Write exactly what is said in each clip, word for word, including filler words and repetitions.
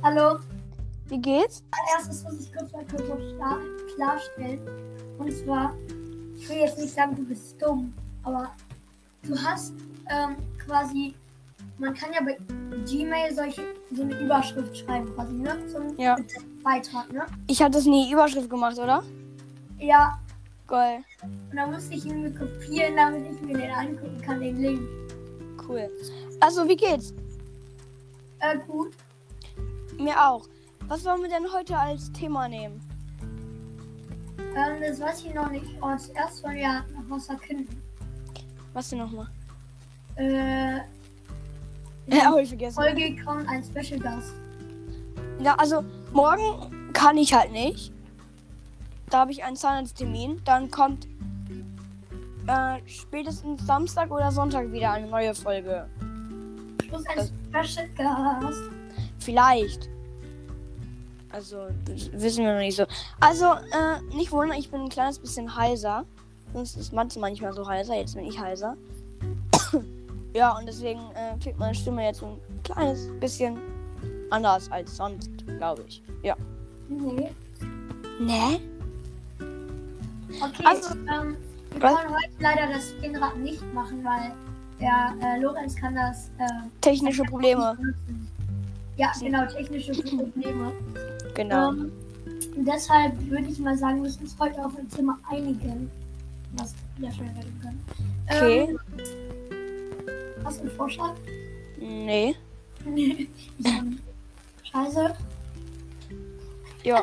Hallo. Wie geht's? Als erstes muss ich kurz mal kurz klar, klarstellen. Und zwar, ich will jetzt nicht sagen, du bist dumm, aber du hast ähm, quasi, man kann ja bei Gmail solche, so eine Überschrift schreiben quasi, ne? Zum Ja. Beitrag, ne? Ich hatte das nie Überschrift gemacht, oder? Ja. Geil. Und dann musste ich ihn mir kopieren, damit ich mir den angucken kann, den Link. Cool. Also, wie geht's? Äh, gut. Mir auch. Was wollen wir denn heute als Thema nehmen? Ähm, das weiß ich noch nicht. Aber zuerst wollen wir ja noch was verkünden. Was denn nochmal? Äh, Ja, hab ich vergessen. Folge kommt ein Special Gast. Ja, also, morgen kann ich halt nicht. Da habe ich einen Zahnarzttermin. Dann kommt äh, spätestens Samstag oder Sonntag wieder eine neue Folge. Plus ein Special Gast. Vielleicht. Also, das wissen wir noch nicht so. Also, äh, nicht wundern, ich bin ein kleines bisschen heiser. Sonst ist Matze manchmal so heiser, jetzt bin ich heiser. Ja, und deswegen äh, klingt meine Stimme jetzt ein kleines bisschen anders als sonst, glaube ich. Ja. Nee. Ne? Okay, Also, ähm, wir was? können heute leider das Spinrad nicht machen, weil der äh, Lorenz kann das äh, Technische Probleme. benutzen. Ja, genau, technische Probleme. Genau. Ähm, deshalb würde ich mal sagen, wir müssen uns heute auf ein Thema einigen, was wir schnell reden können. Okay. Ähm, hast du einen Vorschlag? Nee. Nee. Ähm, Scheiße. Ja.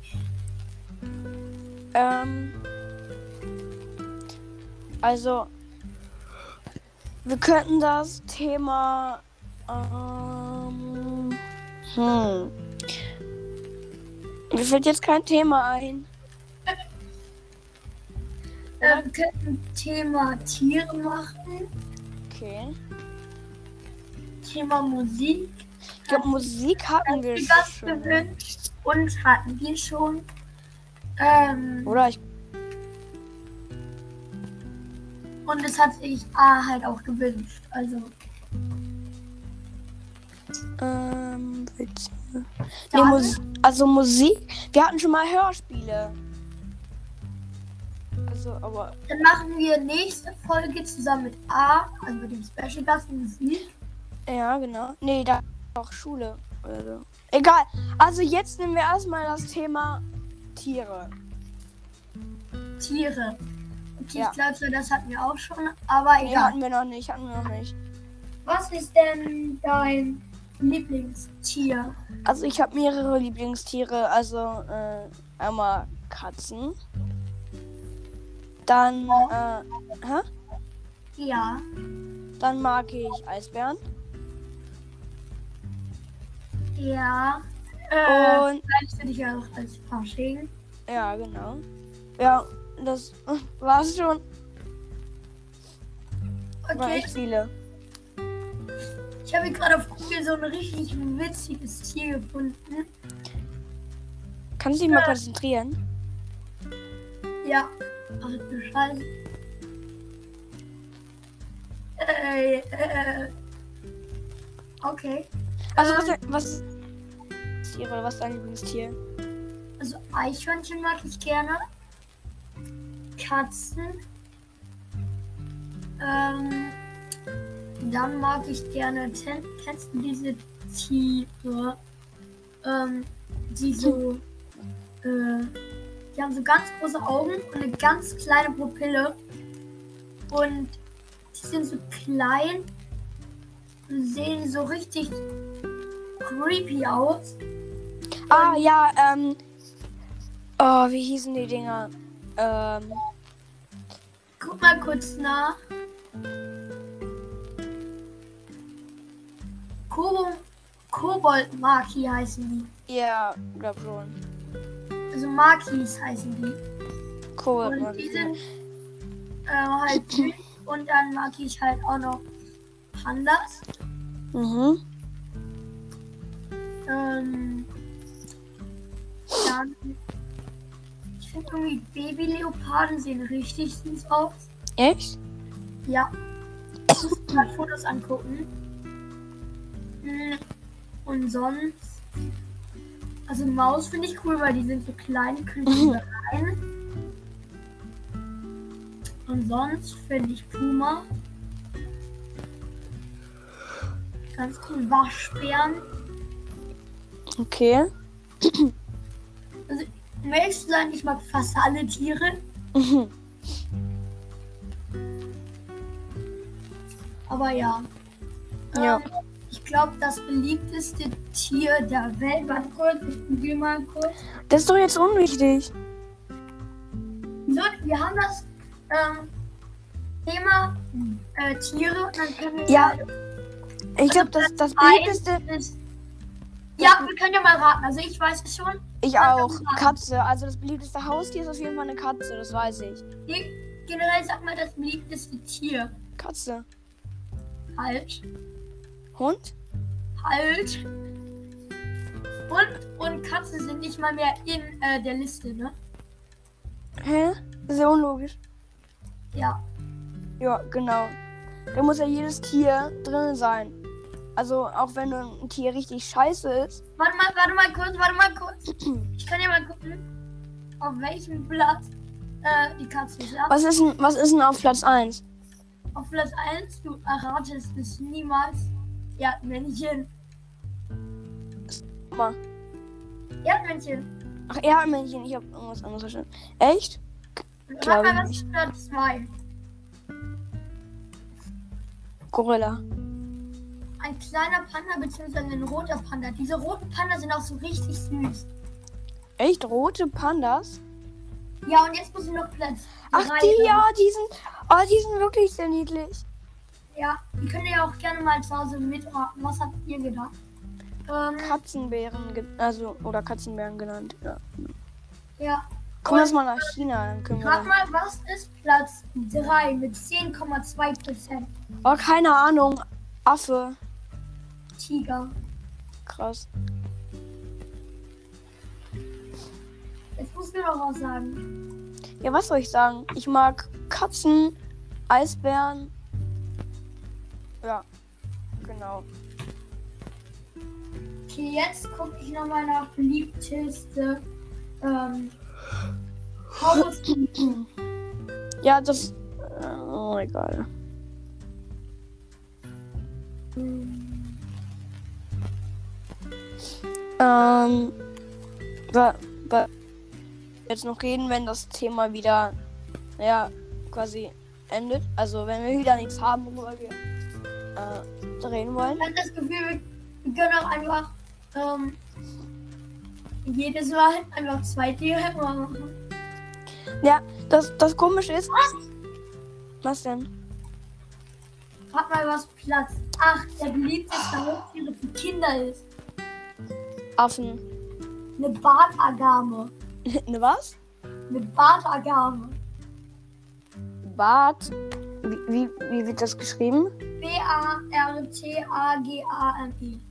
ähm. Also, wir könnten das Thema. Ähm, hm. Mir fällt jetzt kein Thema ein. Äh, wir könnten Thema Tiere machen, Okay. Thema Musik. Ich glaube, Musik hatten wir Gast schon. gewünscht und hatten wir schon. Ähm, Oder ich. und es hat sich A halt auch gewünscht. Also, Ähm, Witze. Nee, Dann- Mus also Musik. Wir hatten schon mal Hörspiele. Also, aber. dann machen wir nächste Folge zusammen mit A, also mit dem Special Gast Musik. Ja, genau. Nee, da auch Schule. Also. Egal. Also jetzt nehmen wir erstmal das Thema Tiere. Tiere. Okay, Ja. ich glaube, das hatten wir auch schon, aber Nee, egal. hatten wir noch nicht, hatten wir noch nicht. Was ist denn dein Lieblingstier? Also ich habe mehrere Lieblingstiere. Also äh, einmal Katzen. Dann, äh, hä? Ja. Dann mag ich Eisbären. Ja. Äh, Und, vielleicht finde ich ja auch als Fasching. ja, genau. Ja, das war's schon. War Okay. echt viele. Ich habe hier gerade auf Google so ein richtig witziges Tier gefunden. Kannst du dich mal konzentrieren? Ja. Ach du Scheiße. Äh, äh, okay. Also was, was Tiere oder was ist dein Lieblingstier? Also Eichhörnchen mag ich gerne. Katzen. Ähm, dann mag ich gerne, ten- kennst du diese Tiere, ähm, die so, äh, die haben so ganz große Augen und eine ganz kleine Pupille. Und die sind so klein und sehen so richtig creepy aus. Ah, ja, ähm. Oh, wie hießen die Dinger? Ähm. Guck mal kurz nach. Ko Kobold-Maki heißen die. Ja, glaub schon. Also Makis heißen die. Cool. Und die sind äh, halt süß. Und dann mag ich halt auch noch Pandas. Mhm. Ähm, dann, ich finde irgendwie Baby-Leoparden sehen richtig süß aus. Echt? Ja. Ich muss mal Fotos angucken. Hm, Und sonst Also Maus finde ich cool, weil die sind so klein, die können so rein. Und sonst finde ich Puma ganz cool. Waschbären. Okay. Also, um ehrlich zu sein, ich mag fast alle Tiere. Mhm. Aber ja. Ja. Ähm, ich glaube, das beliebteste Tier der Welt. Warte kurz, ich google mal kurz. Das ist doch jetzt unwichtig. So, wir haben das ähm, Thema äh, Tiere. Und dann können wir Ja. Ich glaube, das, das beliebteste. Ist, ja, wir können ja mal raten. Also ich weiß es schon. Ich auch. Katze. Also das beliebteste Haustier ist auf jeden Fall eine Katze, das weiß ich. Nee, generell sag mal das beliebteste Tier. Katze. Halt. Hund? Hund? Halt. Hund und Katze sind nicht mal mehr in äh, der Liste, ne? Hä? Sehr unlogisch. Ja. Ja, genau. Da muss ja jedes Tier drin sein. Also auch wenn ein Tier richtig scheiße ist. Warte mal, warte mal kurz, warte mal kurz. Ich kann ja mal gucken, auf welchem Platz äh, die Katze ist. Ja? Was ist denn, was ist denn auf Platz eins? Auf Platz eins, du erratest es niemals. Erdmännchen. Mal. Erdmännchen. Ach, Erdmännchen, ich habe irgendwas anderes verstanden. Echt? Sag mal, was ist Platz zwei? Gorilla. Ein kleiner Panda bzw. ein roter Panda. Diese roten Panda sind auch so richtig süß. Echt? Rote Pandas? Ja, und jetzt muss ich noch Platz Ach, drei die, sagen. ja, die sind, oh, die sind wirklich sehr niedlich. Ja, die könnt ihr ja auch gerne mal zu Hause mitraten. Was habt ihr gedacht? Ähm, Katzenbären, ge- also, oder Katzenbären genannt, ja. ja. Kommen wir mal nach China, dann können wir Rat dann. mal, was ist Platz drei mit zehn Komma zwei Prozent? Oh, keine Ahnung. Affe. Tiger. Krass. Jetzt musst du noch was sagen. Ja, was soll ich sagen? Ich mag Katzen, Eisbären. Ja, genau. Okay, jetzt gucke ich nochmal nach beliebteste ähm, Haustiere. Ja, das. äh, Oh, egal. Ähm. Wa, wa, jetzt noch reden, wenn das Thema wieder, ja, quasi endet. Also, wenn wir wieder nichts haben, worüber wir äh, reden wollen. Ich habe das Gefühl, wir, wir können auch einfach ähm, jedes Mal einfach zwei Tiere machen. Ja, das, das Komische ist. Was? Was denn? Rat mal, was Platz acht der beliebteste Haustiere für Kinder ist. Affen. Eine Bartagame. Ne, was? Eine Bartagame. Bart. Wie, wie, wie wird das geschrieben? B A R T A G A M E.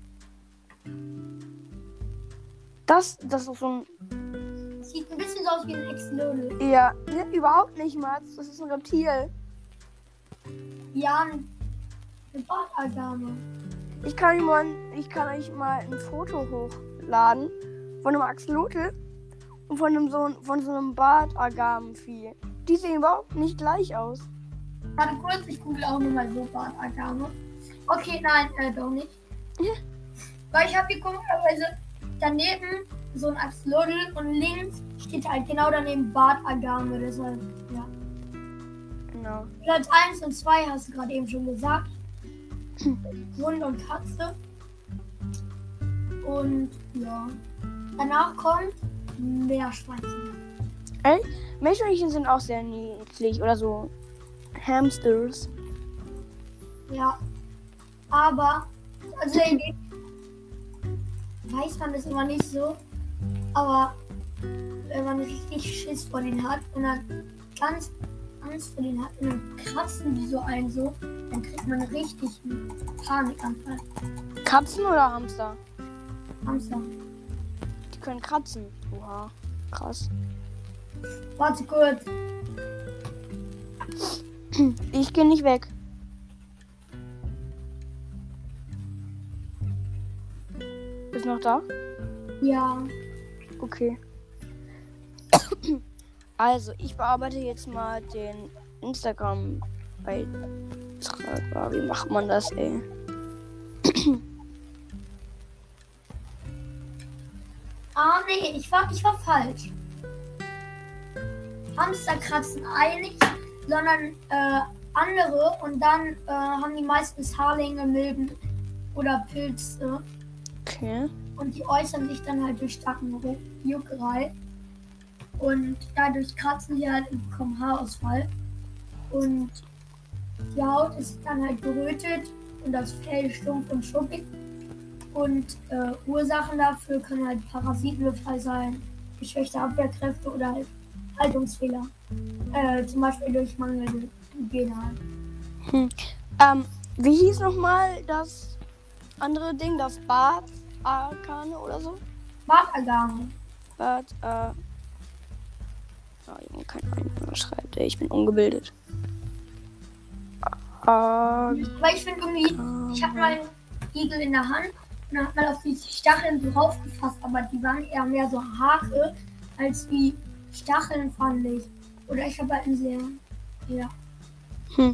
Das, das ist so ein. Sieht ein bisschen so aus wie ein Axolotl. Ja, ne, überhaupt nicht, Mats. Das ist ein Reptil. Ja, eine Bartagame. Ich kann, euch mal, ich kann euch mal ein Foto hochladen von einem Axolotl und von, einem so, von so einem Bartagamenvieh. Die sehen überhaupt nicht gleich aus. Warte kurz, ich google auch nur mal so Bartagame. Okay, nein, äh, doch nicht. Ja. Weil ich habe hier komischerweise daneben so ein Axolotl und links steht halt genau daneben Bartagame. Deshalb, ja. Genau. Platz eins und zwei hast du gerade eben schon gesagt. Hund und Katze. Und ja. Danach kommt Meerschweinchen. Ey, Meerschweinchen sind auch sehr niedlich. Oder so Hamsters. Ja. Aber, also irgendwie weiß man das immer nicht so. Aber wenn man richtig Schiss vor denen hat und dann ganz Angst vor denen hat und dann kratzen die so ein so, dann kriegt man richtig einen Panikanfall. Katzen oder Hamster? Hamster. Die können kratzen. Oha, krass. Warte kurz. Ich gehe nicht weg. Bist noch da? Ja. Okay. Also, ich bearbeite jetzt mal den Instagram-Beitrag. Wie macht man das, ey? Ah, nee, ich war, ich war falsch. Hamster kratzen eilig, sondern äh, andere und dann äh, haben die meistens Haarlinge, Milben oder Pilze. Okay. Und die äußern sich dann halt durch starken Ru- Juckerei. Und dadurch kratzen die halt und bekommen Haarausfall. Und die Haut ist dann halt gerötet und das Fell stumpf und schuppig. Und äh, Ursachen dafür können halt Parasitenbefall sein, geschwächte Abwehrkräfte oder halt Haltungsfehler. Äh, zum Beispiel durch mangelnde Hygiene. Hm. Ähm, wie hieß nochmal das andere Ding? Das Bad Arkane oder so? Bartagame. Bad, äh. Oh, Junge, keine Ahnung, wie man schreibt, ey. Ich bin ungebildet. Ah, Weil ich finde irgendwie, ich hatte mal einen Igel in der Hand und dann hat man auf die Stacheln so raufgefasst, aber die waren eher mehr so Haare als wie Stacheln, fand ich. Oder ich habe halt einen sehr, ja. Hm.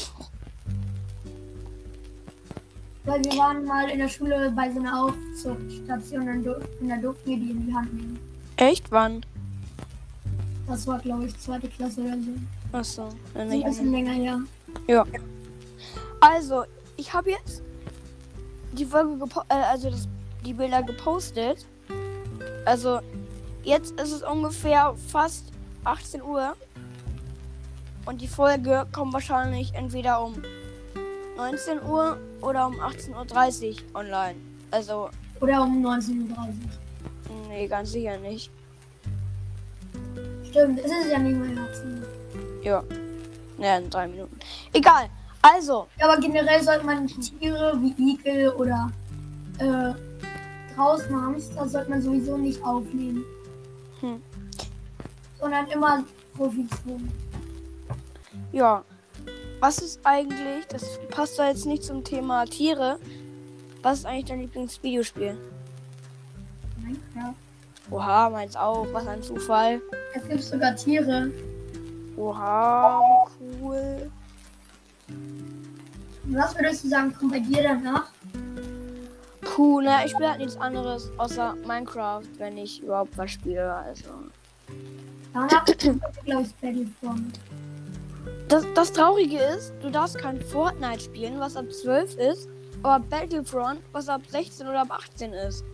Weil wir waren mal in der Schule bei so einer Aufzuchtstation und dur- und da durften wir die in die Hand nehmen. Echt? Wann? Das war, glaube ich, zweite Klasse oder so. Achso. So ein bisschen länger her. Ja. Also, ich habe jetzt die Folge gepo- äh, also das, die Bilder gepostet. Also, jetzt ist es ungefähr fast achtzehn Uhr. Und die Folge kommt wahrscheinlich entweder um neunzehn Uhr oder um achtzehn Uhr dreißig online. Also, Oder um neunzehn Uhr dreißig. nee, ganz sicher nicht. Stimmt, es ist ja nicht mehr Herzen. Ja. Naja, in drei Minuten. Egal. Also, Ja, aber generell sollte man Tiere wie Igel oder äh, draußen Hamster sollte man sowieso nicht aufnehmen. Hm. Sondern immer Profizien. ja. Was ist eigentlich, das passt da jetzt nicht zum Thema Tiere, was ist eigentlich dein Lieblingsvideospiel? Minecraft. Oha, meins auch. Was ein Zufall. Es gibt sogar Tiere. Oha, wie cool. Was würdest du sagen, kommt bei dir danach? Puh, na, ich spiele halt nichts anderes außer Minecraft, wenn ich überhaupt was spiele. Also. Danach kommt, glaube ich, Battlefront. Das, das Traurige ist, du darfst kein Fortnite spielen, was ab zwölf ist, aber Battlefront, was ab sechzehn oder ab achtzehn ist.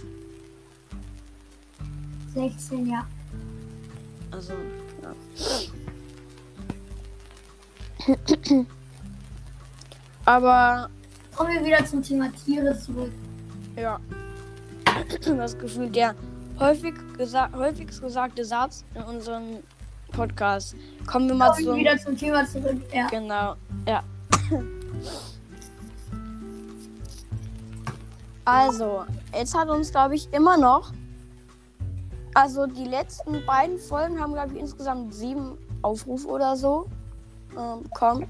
sechzehn, ja. Also, ja. Aber, Kommen wir wieder zum Thema Tiere zurück. ja. Das Gefühl, der häufig gesa- häufigst gesagte Satz in unserem Podcast. Kommen wir mal Kommen wir zum... wieder zum Thema zurück. Ja. Genau, ja. Also, jetzt hat uns, glaube ich, immer noch... Also, die letzten beiden Folgen haben, glaube ich, insgesamt sieben Aufrufe oder so ähm, bekommen.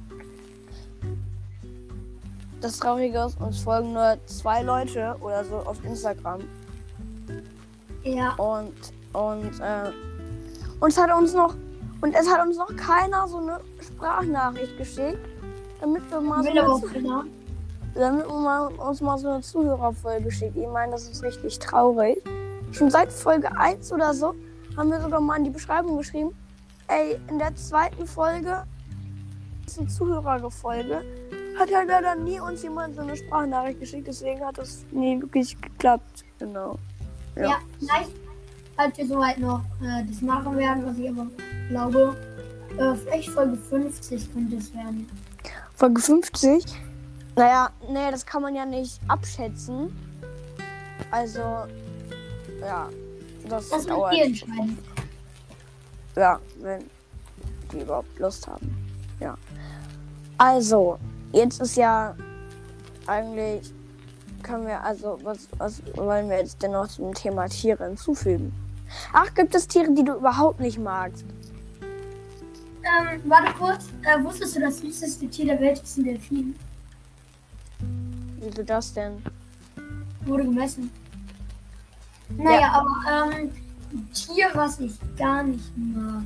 Das Traurige ist, uns folgen nur zwei Leute oder so auf Instagram. Ja. Und, und, äh, uns hat uns noch... Und es hat uns noch keiner so eine Sprachnachricht geschickt, damit wir mal so Will aber auch eine, keiner. damit wir mal, uns mal so eine Zuhörerfolge schicken. Ich meine, das ist richtig traurig. Schon seit Folge eins oder so haben wir sogar mal in die Beschreibung geschrieben, ey, in der zweiten Folge ist eine Zuhörerfolge. Hat halt leider nie uns jemand so eine Sprachnachricht geschickt, deswegen hat das nie wirklich geklappt. Genau. Ja, Ja. vielleicht, falls wir soweit noch äh, das machen werden, was ich aber glaube, äh, vielleicht Folge fünfzig könnte es werden. Folge fünfzig? Naja, nee, das kann man ja nicht abschätzen. Also, ja, das, Das wird dauert. ihr entscheiden. Ja, wenn die überhaupt Lust haben. Ja. Also, jetzt ist ja eigentlich, können wir, also, was, was wollen wir jetzt denn noch zum Thema Tiere hinzufügen? Ach, gibt es Tiere, die du überhaupt nicht magst? Ähm, warte kurz. Äh, wusstest du, das süßeste Tier der Welt ist ein Delfin? Wieso das denn? Wurde gemessen. Naja, Ja. aber ähm, Ein Tier, was ich gar nicht mag.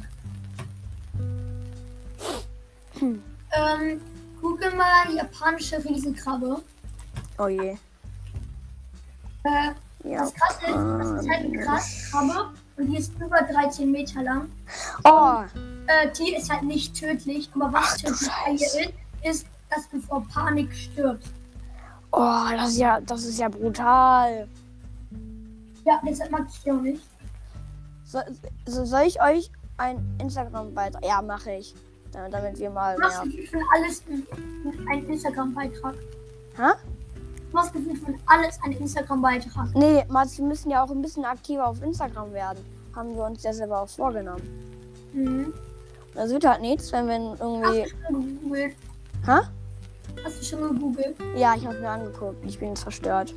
Hm. Ähm, google mal japanische Riesenkrabbe. Oh je. Äh, Ja. das krasse ist, das ist halt eine Krabbe und die ist über dreizehn Meter lang. Oh. Äh, die ist halt nicht tödlich, aber was Ach, du tödlich bei ihr Scheiße. ist, ist, dass du vor Panik stirbst. Oh, das ist ja, das ist ja brutal. Ja, deshalb mag ich die auch nicht. So, so, soll ich euch ein Instagram-Beitrag? Ja, mache ich. Da- Damit wir mal Du machst mehr. gefühlt von alles einen Instagram-Beitrag. Hä? Du machst gefühlt von alles einen Instagram-Beitrag. Nee, Mats, wir müssen ja auch ein bisschen aktiver auf Instagram werden. Haben wir uns ja selber auch vorgenommen. Mhm. Das wird halt nichts, wenn wir Hast irgendwie. du schon gegoogelt? Hä? Hast du schon gegoogelt? Ja, ich habe mir angeguckt. Ich bin jetzt verstört.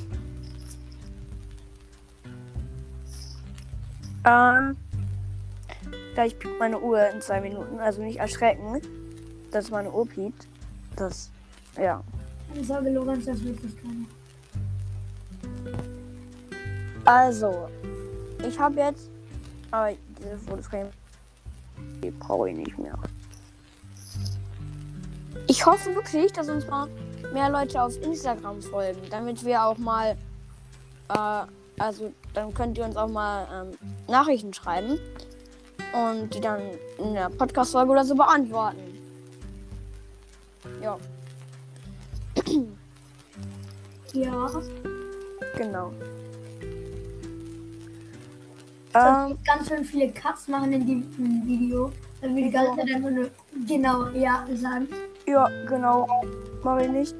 Ähm. Gleich piept meine Uhr in zwei Minuten. Also nicht erschrecken, dass meine Uhr piept. Das. Ja. Keine Sorge, Lorenz, das wird nicht keiner. Also. Ich habe jetzt. Aber diese Fotos kann ich. Die brauche ich nicht mehr. Ich hoffe wirklich, dass uns mal mehr Leute auf Instagram folgen, damit wir auch mal, äh, also dann könnt ihr uns auch mal ähm, Nachrichten schreiben und die dann in der Podcast-Folge oder so beantworten. Ja, Ja. genau. Ich Ähm, ähm, ganz schön viele Cuts machen in dem Video. Dann will die ganze Zeit einfach nur genau, ja, sagen. ja, genau. Mach ich nicht.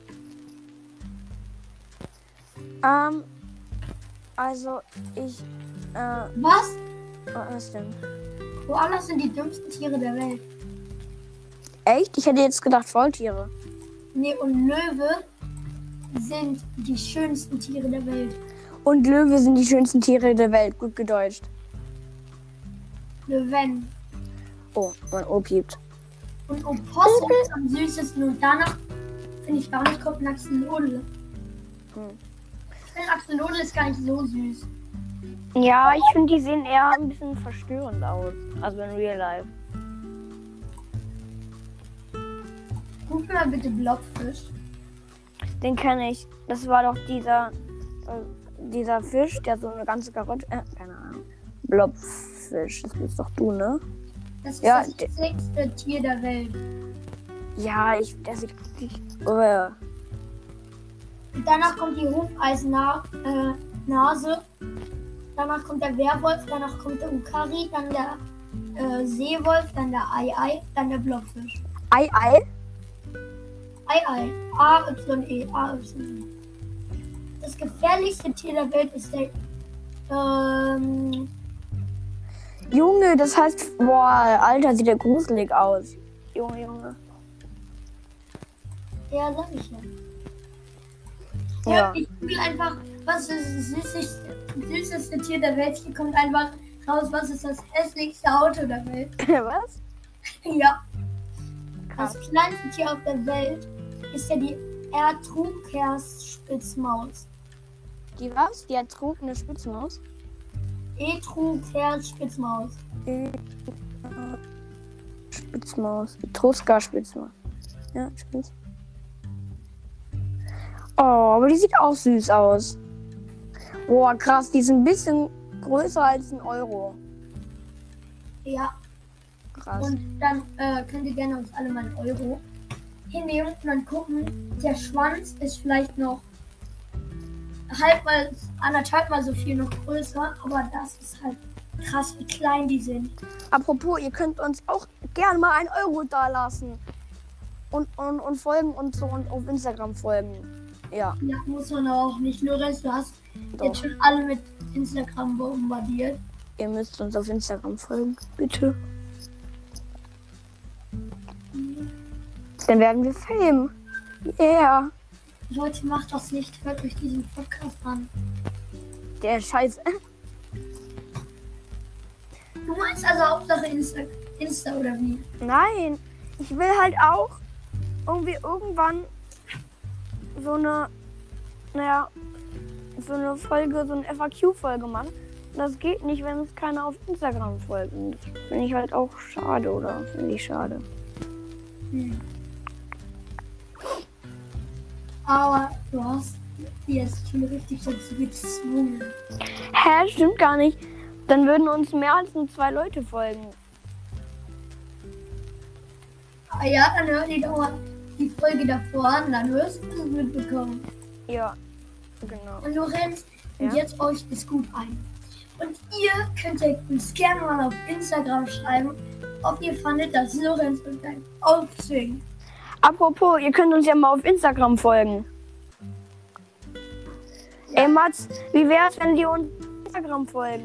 ähm, also ich, äh, Was? was denn? Koalas sind die dümmsten Tiere der Welt. Echt? Ich hätte jetzt gedacht Faultiere. Nee, und Löwe sind die schönsten Tiere der Welt. Und Löwe sind die schönsten Tiere der Welt. Gut gedeutscht. Löwen. Oh, mein Ohr piept. Und Opossum ist am süßesten. Und danach, finde ich gar nicht, kommt ein Axolotl. Hm. Ich finde Axolotl ist gar nicht so süß. Ja, ich finde, die sehen eher ein bisschen verstörend aus. Also in Real Life. Guck mal bitte Blobfisch. Den kenne ich. Das war doch dieser, äh, dieser Fisch, der so eine ganze Karotte. Äh, keine Ahnung. Blobfisch. Das bist doch du, ne? Das ist Ja, das de- sechste Tier der Welt. Ja, ich. Der sieht richtig. Oh, Und danach kommt die Hufeisennase. Äh, danach kommt der Werwolf, danach kommt der Ukari, dann der äh, Seewolf, dann der Ei-Ei, dann der Blobfisch. Ei, Ei. Ei-Ei. A-Y-E. A-Y-E. Das gefährlichste Tier der Welt ist der. Ähm. Junge, das heißt. Boah, Alter, sieht der gruselig aus. Junge, Junge. Ja, sag ich ja. Ja. Ja. Ich will einfach, was ist das süßeste, süßeste Tier der Welt? Hier kommt einfach raus, was ist das hässlichste Auto der Welt? Was? Ja. Krass. Das kleinste Tier auf der Welt ist ja die Etrukerspitzmaus. Die was? Die ertrunkene Spitzmaus? Etrukerspitzmaus. Spitzmaus. Etrusker-Spitzmaus. Ja, Spitz. Oh, aber die sieht auch süß aus. Boah, krass, die ist ein bisschen größer als ein Euro. Ja. Krass. Und dann äh, könnt ihr gerne uns alle mal einen Euro hinnehmen und dann gucken, der Schwanz ist vielleicht noch halb mal, anderthalb mal so viel noch größer, aber das ist halt krass, wie klein die sind. Apropos, ihr könnt uns auch gerne mal einen Euro da lassen. Und, und, und folgen und so und auf Instagram folgen. Ja, Ja, muss man auch nicht. Lorenz, du hast doch. jetzt schon alle mit Instagram bombardiert. Ihr müsst uns auf Instagram folgen. Bitte. Dann werden wir Fame. Yeah. Leute, macht das nicht. Hört euch diesen Podcast an. Der Scheiß. Du meinst also Hauptsache Insta, Insta oder wie? Nein, ich will halt auch irgendwie irgendwann so eine, naja, so eine Folge, so eine F A Q-Folge machen, das geht nicht, wenn uns keiner auf Instagram folgt. Und das finde ich halt auch schade, oder? Finde ich schade. Hm. Aber du hast die jetzt schon richtig dazu gezwungen. Hä, stimmt gar nicht. Dann würden uns mehr als nur zwei Leute folgen. Ah ja, dann hört ihr doch mal die Folge davor an, dann wirst du es mitbekommen. Ja, genau. Und Lorenz, und Ja? jetzt euch ist gut ein. Und ihr könnt ja uns gerne mal auf Instagram schreiben, ob ihr fandet, dass Lorenz und ein aufzwingen. Apropos, ihr könnt uns ja mal auf Instagram folgen. Ja. Ey Mats, wie wär's, wenn die uns auf Instagram folgen?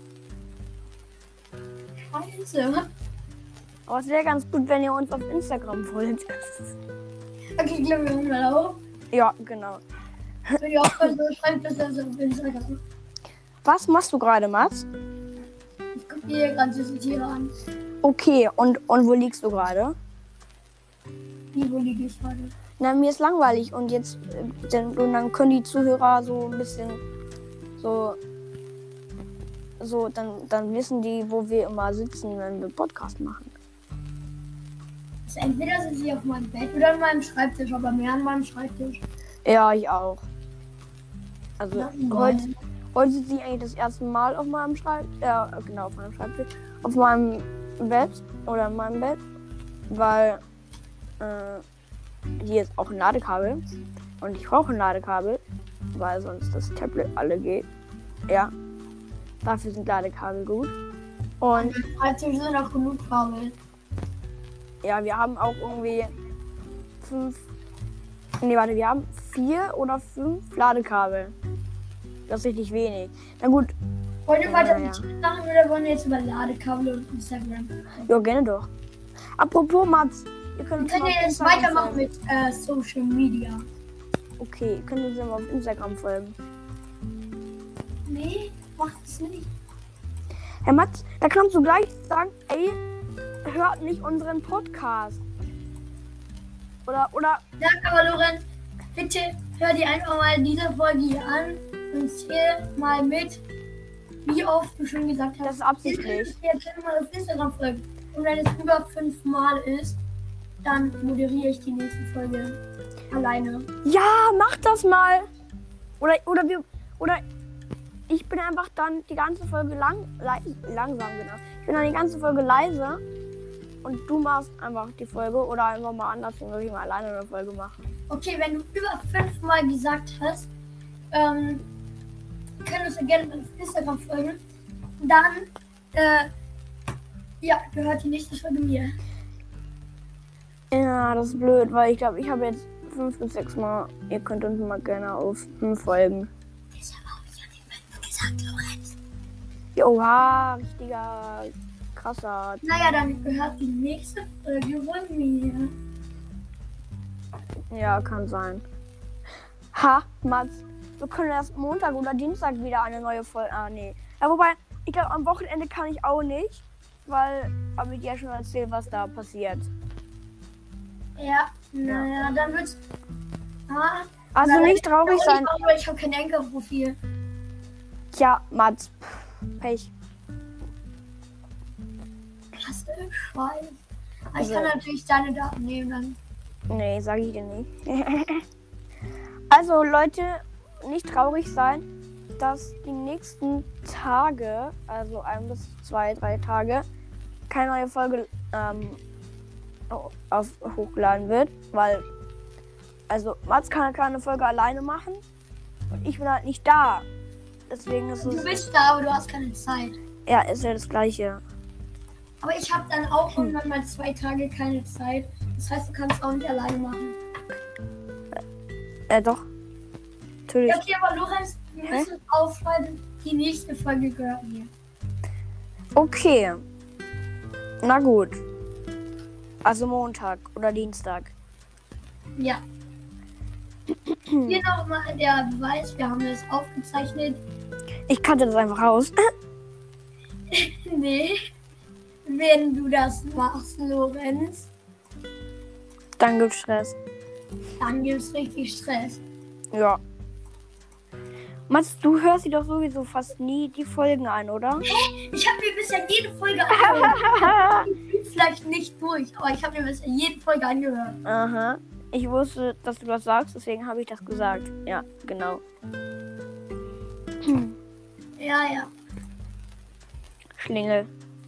Scheiße. Aber es wäre ganz gut, wenn ihr uns auf Instagram folgt. Okay, ich glaube, wir hören mal auf. Ja, genau. Wenn ihr auch so schreibt, das also auf Instagram. Was machst du gerade, Mats? Ich gucke mir gerade diese Tiere an. Okay, und, und wo liegst du gerade? Wie, wo liege ich gerade? Na, mir ist langweilig und jetzt äh, dann, und dann können die Zuhörer so ein bisschen so so dann dann wissen die, wo wir immer sitzen, wenn wir Podcast machen. Also entweder sind sie auf meinem Bett oder an meinem Schreibtisch, aber mehr an meinem Schreibtisch. Ja, ich auch. Also Ja, heute, heute sitze ich eigentlich das erste Mal auf meinem Schreibtisch, ja genau, auf meinem Schreibtisch, auf meinem Bett oder in meinem Bett, weil äh, hier ist auch ein Ladekabel und ich brauche ein Ladekabel, weil sonst das Tablet alle geht. Ja, dafür sind Ladekabel gut. An Und meinem Schreibtisch sind auch genug Kabel. ja, wir haben auch irgendwie fünf, nee warte, wir haben vier oder fünf Ladekabel. Das ist richtig wenig. Na gut, Wollt ihr Ja, weiter ja. mit Tieren machen oder wollen wir jetzt über Ladekabel und Instagram? ja gerne doch. Apropos Mats, ihr könnt Wir uns können mal ja auf jetzt Instagram weitermachen folgen. mit äh, Social Media. Okay, ihr könnt uns ja mal auf Instagram folgen. Nee, macht es nicht. Herr Mats, da kannst du gleich sagen, ey, hört nicht unseren Podcast. Oder, oder, Sag aber, Lorenz, bitte hör dir einfach mal diese Folge hier an und zähl mal mit, wie oft du schon gesagt hast. das ist absichtlich. Ihr könnt mal auf Instagram folgen. Und wenn es über fünf Mal ist, dann moderiere ich die nächste Folge alleine. Ja, mach das mal. Oder, oder wir, oder ich bin einfach dann die ganze Folge lang, leise, langsam, genau. Ich bin dann die ganze Folge leise und du machst einfach die Folge oder einfach mal anders, dann würde ich mal alleine eine Folge machen. Okay, wenn du über fünf Mal gesagt hast, ähm, können uns ja gerne auf Instagram folgen. Dann, äh, ja, gehört die nächste Folge mir. Ja, das ist blöd, weil ich glaube, ich habe jetzt fünf bis sechs Mal. Ihr könnt uns mal gerne auf fünf folgen. Ich habe auch schon gesagt, Lorenz. Oha, richtiger krasser. Naja, dann gehört die nächste Folge von mir. Ja, kann sein. Ha, Mats, wir können erst Montag oder Dienstag wieder eine neue Folge. Ah, nee. Ja, wobei, ich glaube, am Wochenende kann ich auch nicht, weil habe ich dir ja schon erzählt, was da passiert. Ja, naja, dann wird's. Ah, Also na, nicht traurig ich sein. glaube, ich habe kein Enker-Profil. Tja, Mats, Pech. Klasse, Scheiße. Aber ich Also- kann natürlich deine Daten nehmen dann. Nee, sag ich dir nicht. Also Leute, nicht traurig sein, dass die nächsten Tage, also ein bis zwei, drei Tage, keine neue Folge ähm, auf, hochgeladen wird, weil also Mats kann keine Folge alleine machen und ich bin halt nicht da. Deswegen ist Du es bist da, aber du hast keine Zeit. ja ist ja das Gleiche. Aber ich habe dann auch irgendwann mal zwei Tage keine Zeit. Das heißt, du kannst auch nicht alleine machen. Äh doch. Natürlich. Ja, okay, aber Lorenz, wir Hä? müssen aufschreiben, die nächste Folge gehört mir. Okay. Na gut. Also Montag oder Dienstag. Ja. Hier nochmal der Beweis, wir haben das aufgezeichnet. Ich kannte das einfach raus. Nee. Wenn du das machst, Lorenz, Dann gibt's Stress. dann gibt's richtig Stress. Ja. Mats, du hörst dir doch sowieso fast nie die Folgen an, oder? Ich habe mir bisher jede Folge angehört. Ich bin vielleicht nicht durch, aber ich habe mir bisher jede Folge angehört. Aha. Ich wusste, dass du das sagst, deswegen habe ich das gesagt. Ja, genau. Hm. Ja, ja. Schlingel.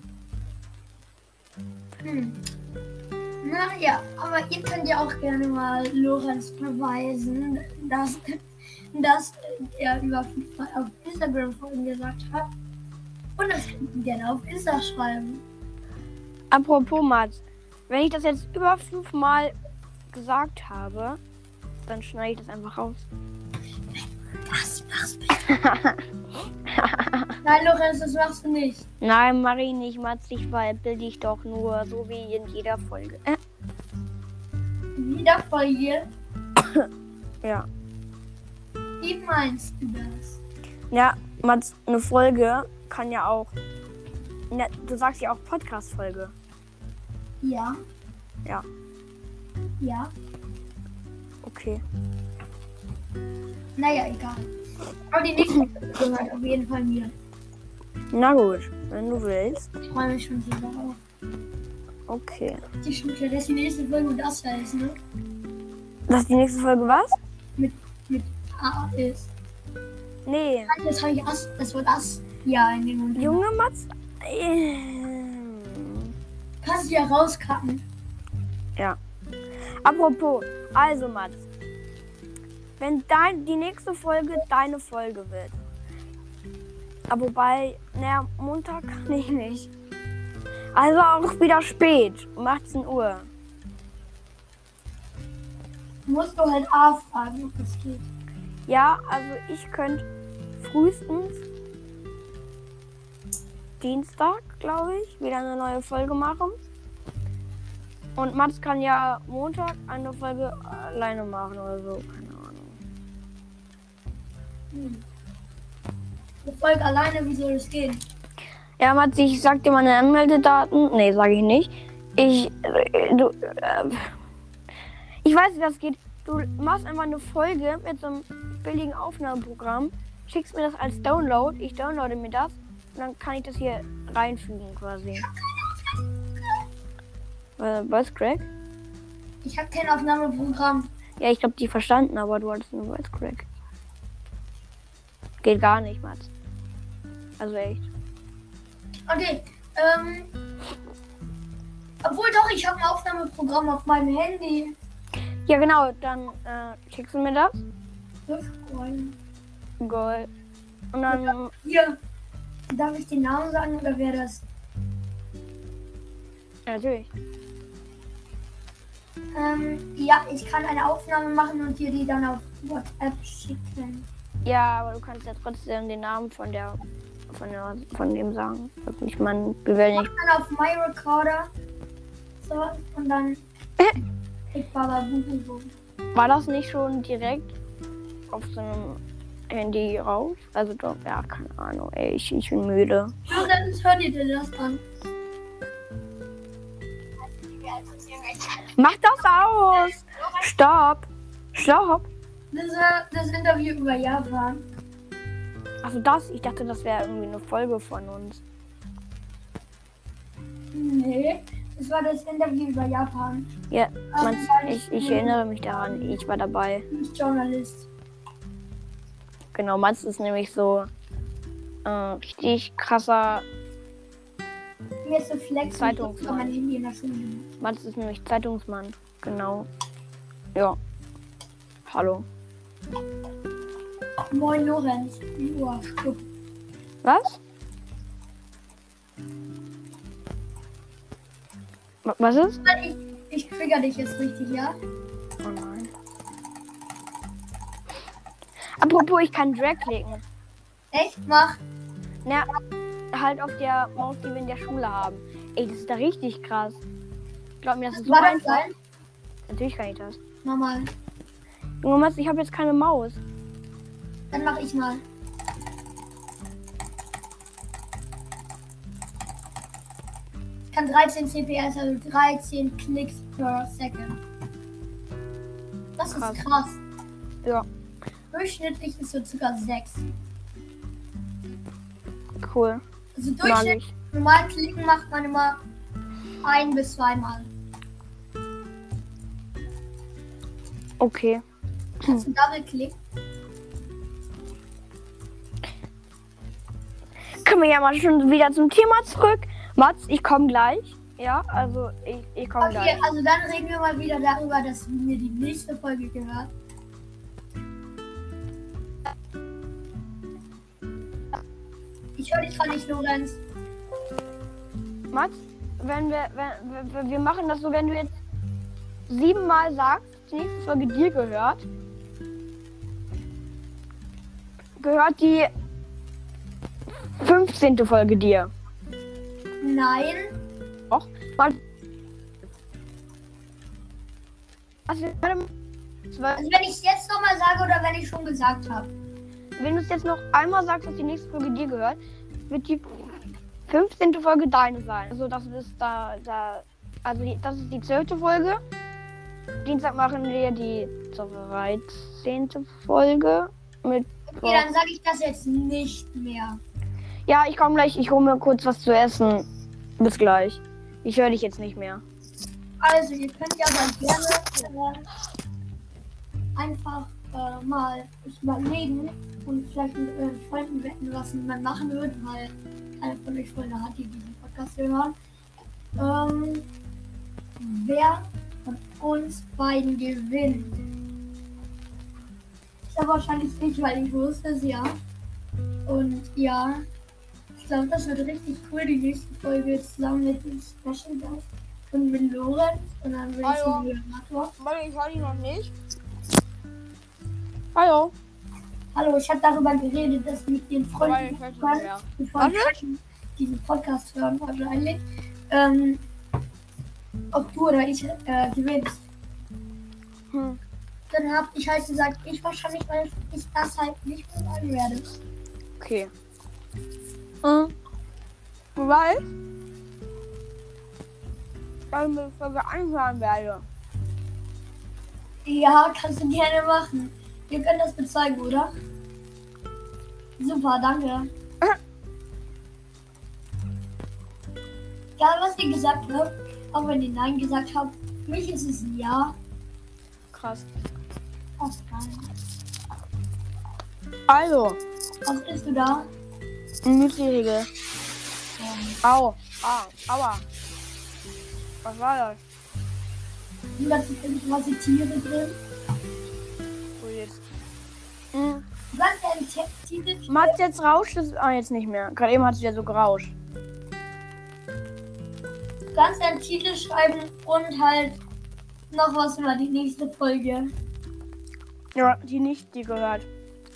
Hm. Na ja, aber ihr könnt ja auch gerne mal Lorenz beweisen, dass, dass er über fünfmal auf Instagram vorhin gesagt hat. Und das könnt ihr gerne auf Insta schreiben. Apropos Mats, wenn ich das jetzt über fünfmal gesagt habe, dann schneide ich das einfach raus. Was machst du bitte? Nein, Lorenz, das machst du nicht. Nein, mach ich nicht, Mats, ich veräpple dich doch nur, so wie in jeder Folge. Äh. In jeder Folge? Ja. Wie meinst du das? Ja, Mats, eine Folge kann ja auch... Ja, du sagst ja auch Podcast-Folge. Ja. Ja. Ja. Okay. Naja, egal. Aber die nächste Folge gehört auf jeden Fall mir. Na gut, wenn du willst. Ich freue mich schon sehr darauf. Okay. Die schon klar, dass die nächste Folge das da ist, ne? Dass die nächste Folge was? Mit, mit A ist. Nee. Nein, das habe ich Ass, das wird Ass. Ja, in dem Mund. Junge Mats. Ähm. Kannst du ja rauskacken. Ja. Apropos, also Mats. Wenn dein, die nächste Folge deine Folge wird. Aber wobei, naja, Montag kann ich nicht. Also auch wieder spät, um achtzehn Uhr. Musst du halt A fragen, ob das geht. Ja, also ich könnte frühestens Dienstag, glaube ich, wieder eine neue Folge machen. Und Mats kann ja Montag eine Folge alleine machen oder so. Keine Ahnung. Hm. Eine Folge alleine, wie soll das gehen? Ja, Mats, ich sag dir meine Anmeldedaten. Nee, sage ich nicht. Ich, äh, du, äh, ich weiß, wie das geht. Du machst einfach eine Folge mit so einem billigen Aufnahmeprogramm, schickst mir das als Download, ich downloade mir das und dann kann ich das hier reinfügen quasi. Äh, was, Crack? Ich habe kein Aufnahmeprogramm. Ja, ich glaube, die verstanden, aber du hattest einen Voice Crack. Geht gar nicht, Mats. Also echt. Okay, ähm. Obwohl doch, ich habe ein Aufnahmeprogramm auf meinem Handy. Ja, genau, dann äh, schickst du mir das. Das ist cool. Goal. Und dann. Hier. Darf ich den Namen sagen oder wer das? Ja, natürlich. Ähm, ja, ich kann eine Aufnahme machen und dir die dann auf WhatsApp schicken. Ja, aber du kannst ja trotzdem den Namen von der. Von, der, von dem sagen. Also ich meine, wir werden nicht. Dann auf My Recorder. So, und dann. Ich war War das nicht schon direkt auf so einem Handy rauf? Also doch, ja, keine Ahnung, ey, ich, ich bin müde. Ja, dann hör dir denn das an. Mach das aus! Stopp! Stopp! Das war das Interview über Japan. Also das, ich dachte, das wäre irgendwie eine Folge von uns. Nee, das war das Interview über Japan. Ja, man, ich, ich erinnere mich daran, ich war dabei. Ich Journalist. Genau, Mats ist nämlich so äh, richtig krasser Mir ist so Flex Zeitungsmann. mein Handy in der Schule. Mats ist nämlich Zeitungsmann. Genau. Ja. Hallo. Moin Lorenz. Uhr, Stupp. Was? Wa- Was ist? Ich, ich trigger dich jetzt richtig, ja? Oh nein. Apropos, ich kann Drag klicken. Echt? Mach. Na, halt auf der Maus, die wir in der Schule haben. Ey, das ist da richtig krass. Glaub mir, das ist so War das einfach. geil? Natürlich kann ich das. Mach mal. Junge, Mats, ich habe jetzt keine Maus. Dann mach ich mal. Ich kann dreizehn C P S, also dreizehn Klicks per Second. Das ist Krass. krass. Ja. durchschnittlich ist so circa sechs. Cool. Also Mag durchschnittlich, ich. normal klicken macht man immer ein bis zweimal. Okay. Kannst du Double klicken? Können wir ja mal schon wieder zum Thema zurück. Mats, ich komme gleich. Ja, also ich, ich komme Okay, gleich. also dann reden wir mal wieder darüber, dass mir die nächste Folge gehört. Ich höre dich gerade nicht, Lorenz. Mats, wenn wir, wenn, wir, wir machen das so, wenn du jetzt siebenmal sagst, die nächste Folge dir gehört, gehört die fünfzehnte Folge dir. Nein. Doch. Warte. Also, warte mal. Zwei- Also wenn ich es jetzt nochmal sage oder wenn ich schon gesagt habe. Wenn du es jetzt noch einmal sagst, dass die nächste Folge dir gehört, wird die fünfzehnte Folge deine sein. Also das ist da, da, also die, das ist die zwölfte Folge. Dienstag machen wir die dreizehnte Folge mit. Okay, dann sage ich das jetzt nicht mehr. Ja, ich komme gleich. Ich hole mir kurz was zu essen. Bis gleich. Ich höre dich jetzt nicht mehr. Also ihr könnt ja mal gerne äh, einfach äh, mal überlegen und vielleicht mit euren Freunden wetten, was man machen wird, weil keiner von euch Freunde hat, die diesen Podcast hören. Ähm, wer von uns beiden gewinnt? Ich sage wahrscheinlich nicht, weil ich wusste es ja. Und ja, ich glaube, das wird richtig cool, die nächste Folge zusammen mit dem Special Guest und mit Lorenz. Und dann will ich Hallo. den Moderator. Warte, ich höre dich noch nicht. Hallo. Hallo, ich habe darüber geredet, dass mit den Weil Freunden, ich weiß nicht hören, mehr. die Freunde Was? diesen Podcast hören wahrscheinlich, ähm, ob du oder ich äh, gewinnst. Hm. Dann habe ich halt gesagt, ich wahrscheinlich, weil ich das halt nicht mehr sagen werde. Okay. Hm. Weil ich mir die Folge anhören werde. Ja, kannst du gerne machen. Wir können das bezeugen, oder? Super, danke. Egal, was ihr gesagt habt, auch wenn ihr Nein gesagt habt, für mich ist es ein Ja. Krass. Fast rein. Also, Was isst du da? ein Müsli-Riegel. Ähm, Au. Ah, aua. Was war das? sind da quasi Tiere drin? So jetzt. Hm. Du kannst ja einen Te- Titel Mats, jetzt rauscht es. Ah, jetzt nicht mehr. Gerade eben hat es wieder so gerauscht. Du kannst ja einen Titel schreiben und halt noch was über die nächste Folge. Ja, die nicht dir gehört.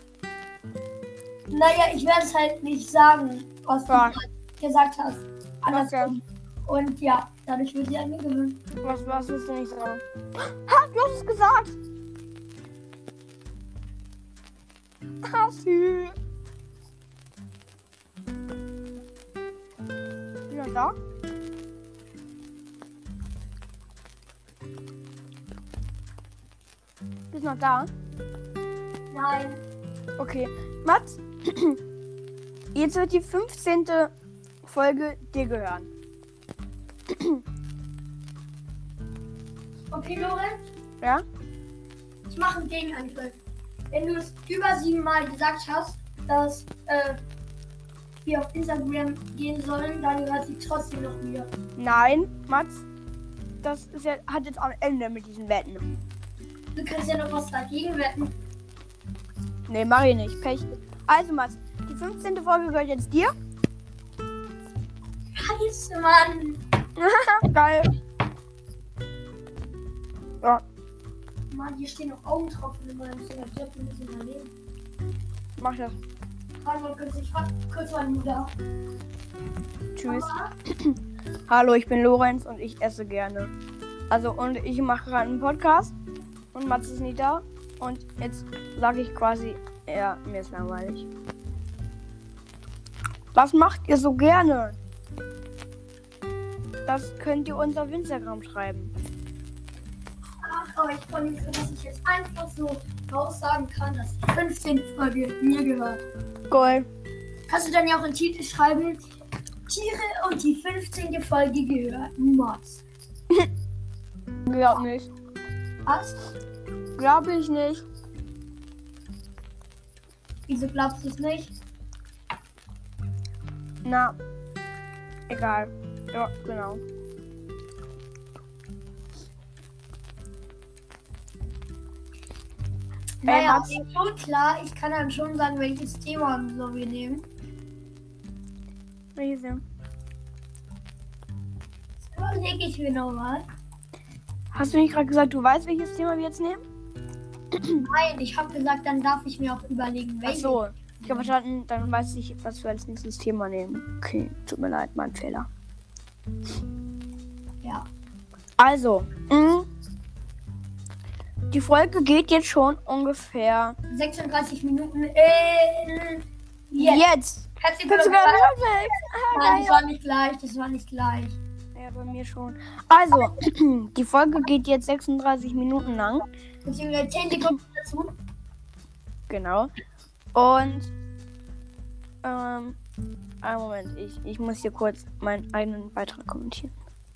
Naja, ich werde es halt nicht sagen, was du Ja. gerade gesagt hast. Andersrum. Okay. Und ja, dadurch wird sie an mir gewöhnt. Was, was willst du nicht sagen? Ha, du hast es gesagt! Ah, süß. Ja, da? Bist noch da? Nein. Okay. Mats, jetzt wird die fünfzehnte Folge dir gehören. Okay, Lorenz, Ja? ich mache einen Gegenangriff. Wenn du es über sieben Mal gesagt hast, dass äh, wir auf Instagram gehen sollen, dann gehört sie trotzdem noch mir. Nein, Mats. Das ist ja, hat jetzt am Ende mit diesen Wetten. Du kannst ja noch was dagegen wetten. Nee, mach ich nicht. Pech. Also, Mats, die fünfzehnte Folge gehört jetzt dir. Scheiße, Mann. Geil. Ja, Mann, hier stehen noch Augentropfen in meinem Zimmer. Ich glaube, wir müssen überleben. mach das. Warte mal kurz, ich frag kurz meine Mutter. Tschüss. Mama? Hallo, ich bin Lorenz und ich esse gerne. Also, und ich mache gerade einen Podcast und Mats ist nicht da. Und jetzt sage ich quasi, ja, mir ist langweilig. Was macht ihr so gerne? Das könnt ihr uns auf Instagram schreiben. Ach, Oh, ich freue mich so, dass ich jetzt einfach so raussagen kann, dass die fünfzehnte Folge mir gehört. Cool. Kannst du dann ja auch einen Titel schreiben? Tiere und die fünfzehnte Folge gehört Mods. Glaub nicht. Was? Glaub ich nicht. Wieso glaubst du es nicht? Na, egal. Ja, genau. Naja, Ey, ist schon klar, ich kann dann schon sagen, welches Thema und so wir nehmen. Riese. Das überlege ich mir nochmal. Hast du nicht gerade gesagt, du weißt, welches Thema wir jetzt nehmen? Nein, ich habe gesagt, dann darf ich mir auch überlegen, Ach welches. so. Ich habe verstanden, dann weiß ich, was wir als nächstes Thema nehmen. Okay, tut mir leid, mein Fehler. Ja. Also, mh, die Folge geht jetzt schon ungefähr sechsunddreißig Minuten in jetzt. jetzt. Herzlich Kannst du willkommen. gerade hören? Nein, das war nicht gleich, das war nicht gleich. Ja, bei mir schon. Also, die Folge geht jetzt sechsunddreißig Minuten lang. Beziehungsweise zehn Sekunden dazu. Genau. Und, ähm, einen Moment, ich, ich muss hier kurz meinen eigenen Beitrag kommentieren.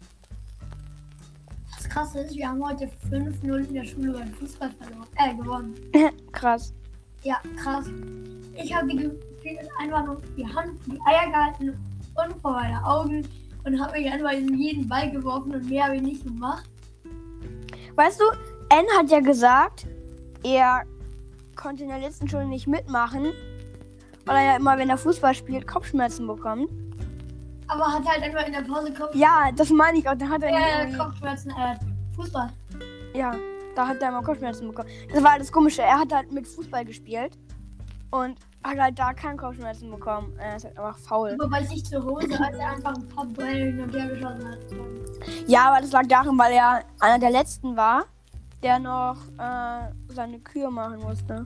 Das krasse ist, wir haben heute fünf null in der Schule beim Fußball verloren. Äh, gewonnen. Krass. Ja, krass. Ich habe die gespielt einfach nur die Hand, die Eier gehalten und vor meine Augen und habe mich einfach in jeden Ball geworfen und mehr habe ich nicht gemacht. Weißt du, N hat ja gesagt, er konnte in der letzten Stunde nicht mitmachen, weil er ja immer, wenn er Fußball spielt, Kopfschmerzen bekommt. Aber hat halt einfach in der Pause Kopf Ja, das meine ich auch. Da hat er äh, nicht Kopfschmerzen, äh, Fußball. Ja, da hat er immer Kopfschmerzen bekommen. Das war das Komische. Er hat halt mit Fußball gespielt und hat halt da keine Kopfschmerzen bekommen. Er ist halt einfach faul. Aber bei sich zu Hause, als er einfach ein paar Bälle hin und her geschossen hat. Ja, aber das lag daran, weil er einer der Letzten war, der noch äh, seine Kür machen musste.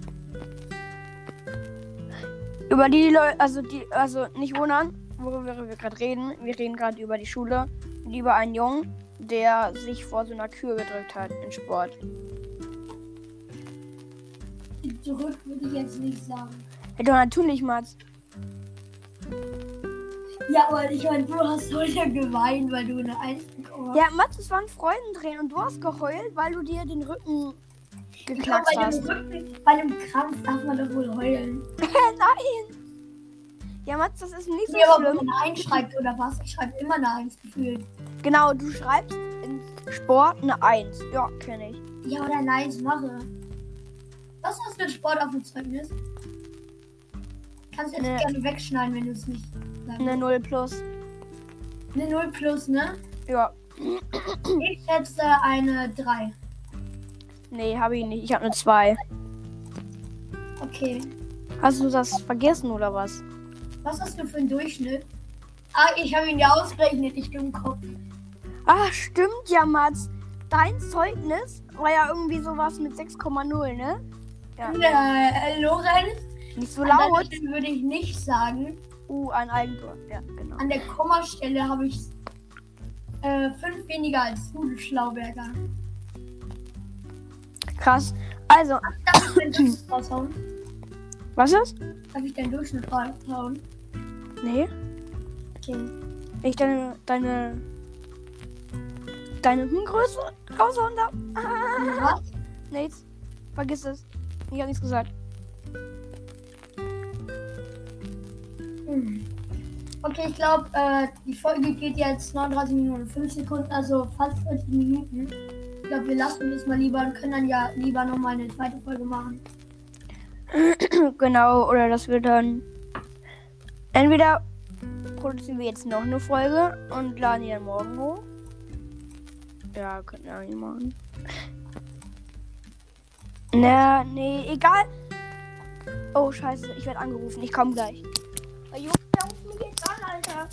Über die Leute, also die, also nicht wundern, worüber wir gerade reden. Wir reden gerade über die Schule und über einen Jungen, der sich vor so einer Kür gedrückt hat in Sport. Zurück würde ich jetzt nicht sagen. Ja, doch natürlich, Mats. Ja, aber ich meine, du hast heute geweint, weil du eine Eins bekommen hast. Ja, Mats, es waren Freudentränen und du hast geheult, weil du dir den Rücken Ich glaube, geknackst bei hast. dem Rücken, bei dem Krampf darf man doch wohl heulen. Nein! Ja, Mats, das ist nicht so Ja, aber wenn schlimm. man eine Eins schreibt oder was? Ich schreibe immer eine Eins gefühlt. Genau, du schreibst in Sport eine Eins. Ja, kenne ich. Ja, oder eine Eins mache. Was hast du für Sport auf dem Zeugnis? Kannst du jetzt Ne. gerne wegschneiden, wenn du es nicht sagst. Eine null plus. Eine null plus, ne? Ja. Ich schätze eine drei. Nee, habe ich nicht. Ich habe eine zwei. Okay. Hast du das vergessen oder was? Was hast du für einen Durchschnitt? Ah, ich habe ihn ja ausgerechnet, ich Dummkopf. Ah, stimmt ja, Mats. Dein Zeugnis war ja irgendwie sowas mit sechs Komma null, ne? Ja. Äh, Lorenz, Nicht so an deiner laut. Stelle würde ich nicht sagen. Uh, ein Eigentor. Ja, genau. An der Kommastelle habe ich äh, fünf weniger als du, du Schlauberger. Krass. Also, Darf ich deinen Durchschnitt raushauen? was ist? Darf ich deinen Durchschnitt raushauen? Nee. Okay. Ich deine, deine, deine Größe raushauen darf? Was? Nichts. Vergiss es. Ich habe nichts gesagt. Hm. Okay, ich glaube, äh, die Folge geht jetzt neununddreißig Minuten und fünf Sekunden, also fast vierzig Minuten. Ich glaube, wir lassen das mal lieber und können dann ja lieber nochmal eine zweite Folge machen. Genau, oder dass wir dann entweder produzieren wir jetzt noch eine Folge und laden die dann morgen hoch. Ja, könnten wir eigentlich machen. Na, nee, egal. Oh, scheiße, ich werde angerufen. Ich komme gleich. Oh, Junge, der ruft mich jetzt an, Alter.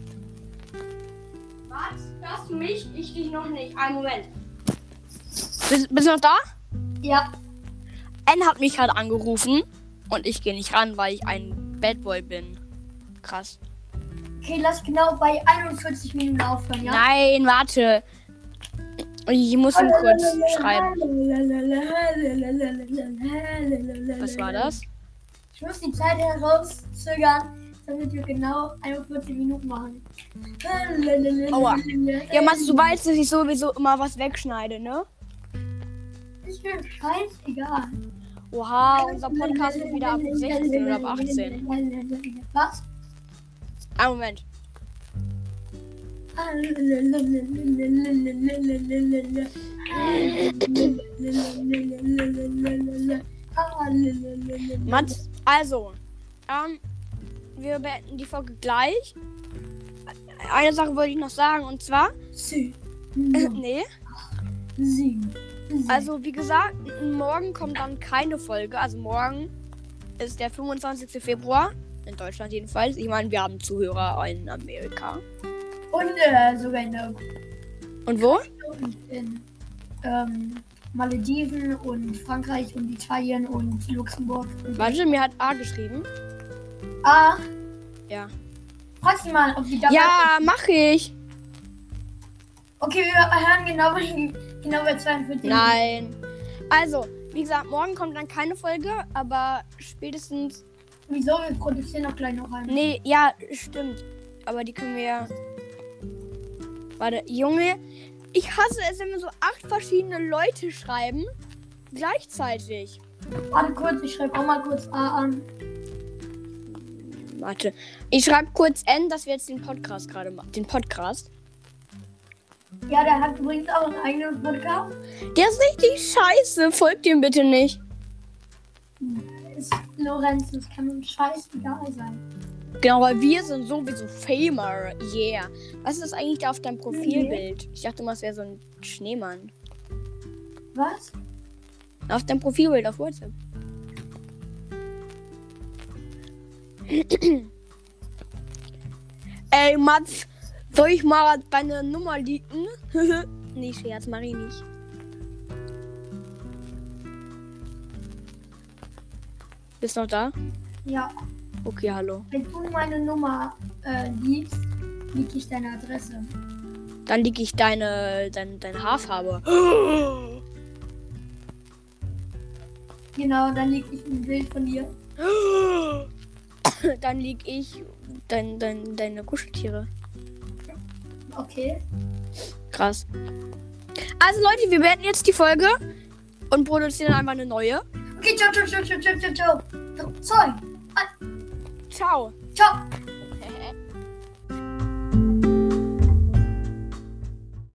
Was? Hörst du mich? Ich dich noch nicht. Einen Moment. Bist, bist du noch da? Ja. N hat mich gerade angerufen und ich gehe nicht ran, weil ich ein Bad Boy bin. Krass. Okay, lass genau bei einundvierzig Minuten aufhören, ja? Nein, warte. Ich muss ihn kurz schreiben. Was war das? Ich muss die Zeit herauszögern, damit wir genau einundvierzig Minuten machen. Aua. Ja, Mats, du weißt, dass ich sowieso immer was wegschneide, ne? Ist mir scheißegal. Oha, unser Podcast ist wieder ab sechzehn oder ab achtzehn. Was? Ah, Moment. Mats, also, ähm, wir beenden die Folge gleich. Eine Sache wollte ich noch sagen, und zwar... Sie. nee. Sie. Also, wie gesagt, morgen kommt dann keine Folge. Also, morgen ist der fünfundzwanzigster Februar. In Deutschland jedenfalls. Ich meine, wir haben Zuhörer in Amerika. Und äh, sogar in der... Und wo? In ähm, Malediven und Frankreich und Italien und Luxemburg. Und Warte, mir hat A geschrieben. Ah, Ja. frag sie mal, ob die dabei Ja, mach ich. Okay, wir hören genau bei, genau bei zweiundvierzig. Nein. Also, wie gesagt, morgen kommt dann keine Folge, aber spätestens... Wieso? Wir produzieren auch gleich noch eine. Nee, ja, stimmt. Aber die können wir ja... Warte, Junge, ich hasse es, wenn mir so acht verschiedene Leute schreiben. Gleichzeitig. Warte kurz, ich schreibe auch mal kurz A an. Warte. Ich schreibe kurz N, dass wir jetzt den Podcast gerade machen. Den Podcast. Ja, der hat übrigens auch einen eigenen Podcast. Der ist richtig scheiße. Folgt ihm bitte nicht. Ist Lorenz, das kann uns scheißegal sein. Genau, weil wir sind sowieso Famer. Yeah. Was ist eigentlich da auf deinem Profilbild? Ich dachte mal, es wäre so ein Schneemann. Was? Auf deinem Profilbild auf WhatsApp. Ey, Mats, soll ich mal deine Nummer leaken? Nee, Scherz, mach ich nicht. Bist du noch da? Ja. Okay, hallo. Wenn du meine Nummer äh, liebst, lieg ich deine Adresse. Dann liege ich deine, dein, deine Haarfarbe. Genau, dann lieg ich ein Bild von dir. Dann lieg ich dein, dein, deine Kuscheltiere. Okay. Krass. Also Leute, wir beenden jetzt die Folge und produzieren einfach eine neue. Okay, ciao, ciao, ciao, ciao, ciao, ciao, ciao. So, Zeug. Ciao. Ciao.